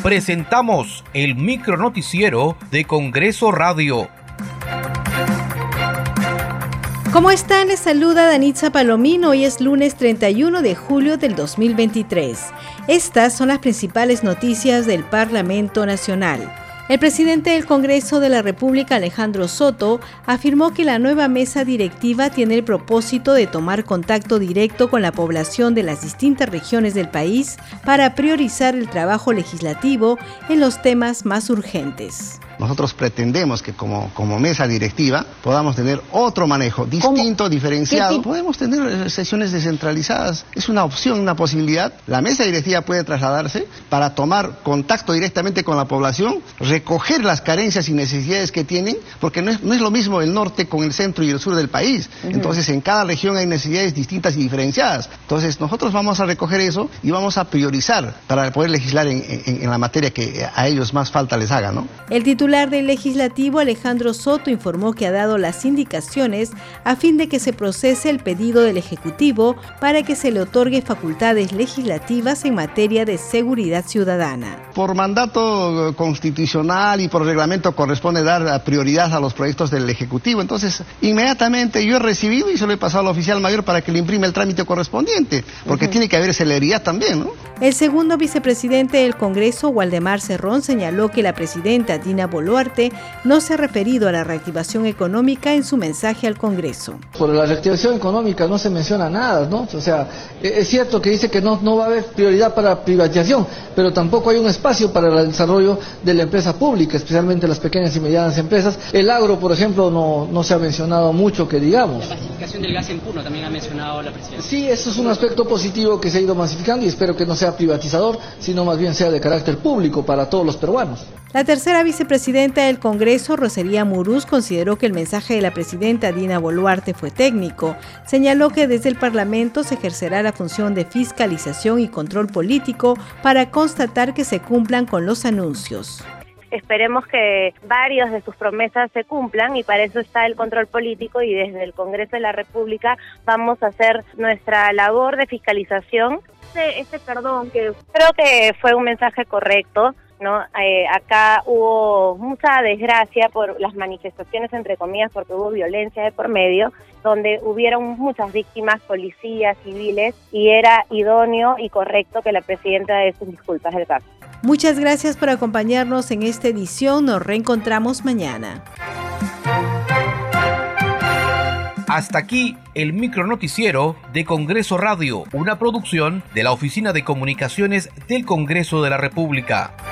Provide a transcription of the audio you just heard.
presentamos el micronoticiero de Congreso Radio. ¿Cómo están? Les saluda Danitza Palomino. Hoy es lunes 31 de julio del 2023. Estas son las principales noticias del Parlamento Nacional. El presidente del Congreso de la República, Alejandro Soto, afirmó que la nueva mesa directiva tiene el propósito de tomar contacto directo con la población de las distintas regiones del país para priorizar el trabajo legislativo en los temas más urgentes. Nosotros pretendemos que como mesa directiva podamos tener otro manejo distinto, diferenciado. Podemos tener sesiones descentralizadas. Es una opción, una posibilidad. La mesa directiva puede trasladarse para tomar contacto directamente con la población, recoger las carencias y necesidades que tienen, porque no es lo mismo el norte con el centro y el sur del país. Entonces, en cada región hay necesidades distintas y diferenciadas. Entonces, nosotros vamos a recoger eso y vamos a priorizar para poder legislar en la materia que a ellos más falta les haga, ¿no? El titular del Legislativo, Alejandro Soto, informó que ha dado las indicaciones a fin de que se procese el pedido del Ejecutivo para que se le otorgue facultades legislativas en materia de seguridad ciudadana. Por mandato constitucional y por reglamento corresponde dar prioridad a los proyectos del Ejecutivo. Entonces, inmediatamente yo he recibido y se lo he pasado al oficial mayor para que le imprime el trámite correspondiente, porque tiene que haber celeridad también, ¿no? El segundo vicepresidente del Congreso, Waldemar Cerrón, señaló que la presidenta Dina Boluarte no se ha referido a la reactivación económica en su mensaje al Congreso. Por la reactivación económica no se menciona nada, ¿no? O sea, es cierto que dice que no va a haber prioridad para privatización, pero tampoco hay un espacio para el desarrollo de la empresa pública, especialmente las pequeñas y medianas empresas. El agro, por ejemplo, no se ha mencionado mucho, que digamos. La masificación del gas en Puno también ha mencionado la presidenta. Sí, eso es un aspecto positivo que se ha ido masificando y espero que no sea privatizador, sino más bien sea de carácter público para todos los peruanos. La tercera vicepresidenta del Congreso, Rosalía Muruz, consideró que el mensaje de la presidenta Dina Boluarte fue técnico. Señaló que desde el Parlamento se ejercerá la función de fiscalización y control político para constatar que se cumplan con los anuncios. Esperemos que varios de sus promesas se cumplan y para eso está el control político y desde el Congreso de la República vamos a hacer nuestra labor de fiscalización. Perdón, que creo que fue un mensaje correcto, ¿no? Acá hubo mucha desgracia por las manifestaciones, entre comillas, porque hubo violencia de por medio, donde hubieron muchas víctimas, policías, civiles, y era idóneo y correcto que la presidenta dé sus disculpas del caso. Muchas gracias por acompañarnos en esta edición. Nos reencontramos mañana. Hasta aquí el micronoticiero de Congreso Radio, una producción de la Oficina de Comunicaciones del Congreso de la República.